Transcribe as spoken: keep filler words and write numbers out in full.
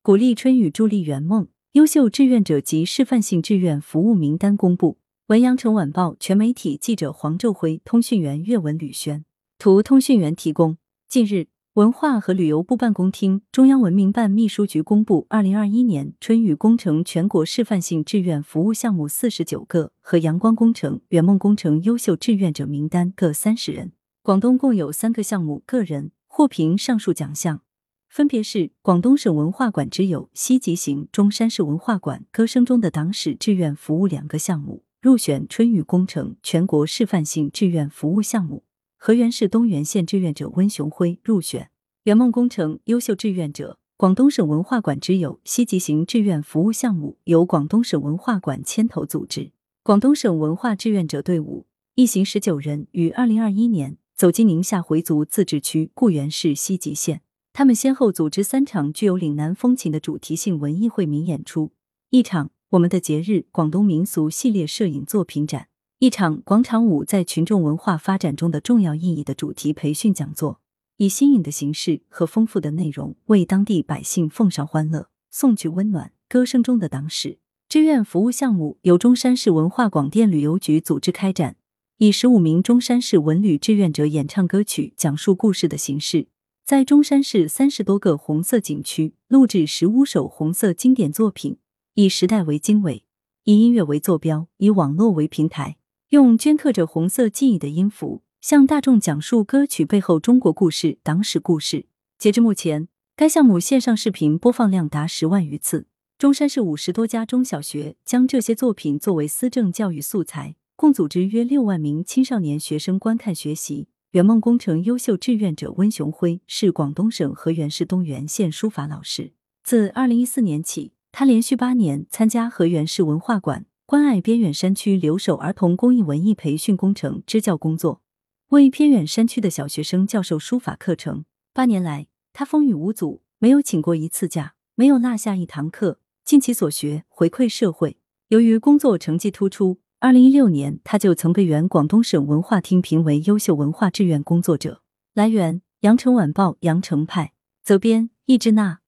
鼓励春雨助力圆梦，优秀志愿者及示范性志愿服务名单公布。文阳城晚报全媒体记者黄昼辉，通讯员岳文吕轩，图通讯员提供。近日，文化和旅游部办公厅、中央文明办秘书局公布二零二一年春雨工程全国示范性志愿服务项目四十九个和阳光工程、圆梦工程优秀志愿者名单各三十人。广东共有三个项目个人获评上述奖项，分别是广东省文化馆之友西极行中山市文化馆歌声中的党史志愿服务两个项目入选春雨工程全国示范性志愿服务项目，河源市东源县志愿者温雄辉入选圆梦工程优秀志愿者。广东省文化馆之友西极行志愿服务项目由广东省文化馆牵头组织，广东省文化志愿者队伍一行十九人于二零二一年走进宁夏回族自治区固原市西极县，他们先后组织三场具有岭南风情的主题性文艺汇民演出，一场我们的节日广东民俗系列摄影作品展，一场广场舞在群众文化发展中的重要意义的主题培训讲座，以新颖的形式和丰富的内容为当地百姓奉上欢乐，送去温暖。歌声中的党史志愿服务项目由中山市文化广电旅游局组织开展，以十五名中山市文旅志愿者演唱歌曲讲述故事的形式，在中山市三十多个红色景区录制十五首红色经典作品，以时代为经纬，以音乐为坐标，以网络为平台，用镌刻着红色记忆的音符向大众讲述歌曲背后中国故事、党史故事。截至目前，该项目线上视频播放量达十万余次。中山市五十多家中小学将这些作品作为思政教育素材，共组织约六万名青少年学生观看学习。圆梦工程优秀志愿者温雄辉是广东省河源市东源县书法老师，自二零一四年起，他连续八年参加河源市文化馆关爱边远山区留守儿童公益文艺培训工程支教工作，为偏远山区的小学生教授书法课程。八年来，他风雨无阻，没有请过一次假，没有落下一堂课，尽其所学回馈社会。由于工作成绩突出，二零一六年他就曾被原广东省文化厅评为优秀文化志愿工作者。来源：羊城晚报羊城派，责编：易之娜。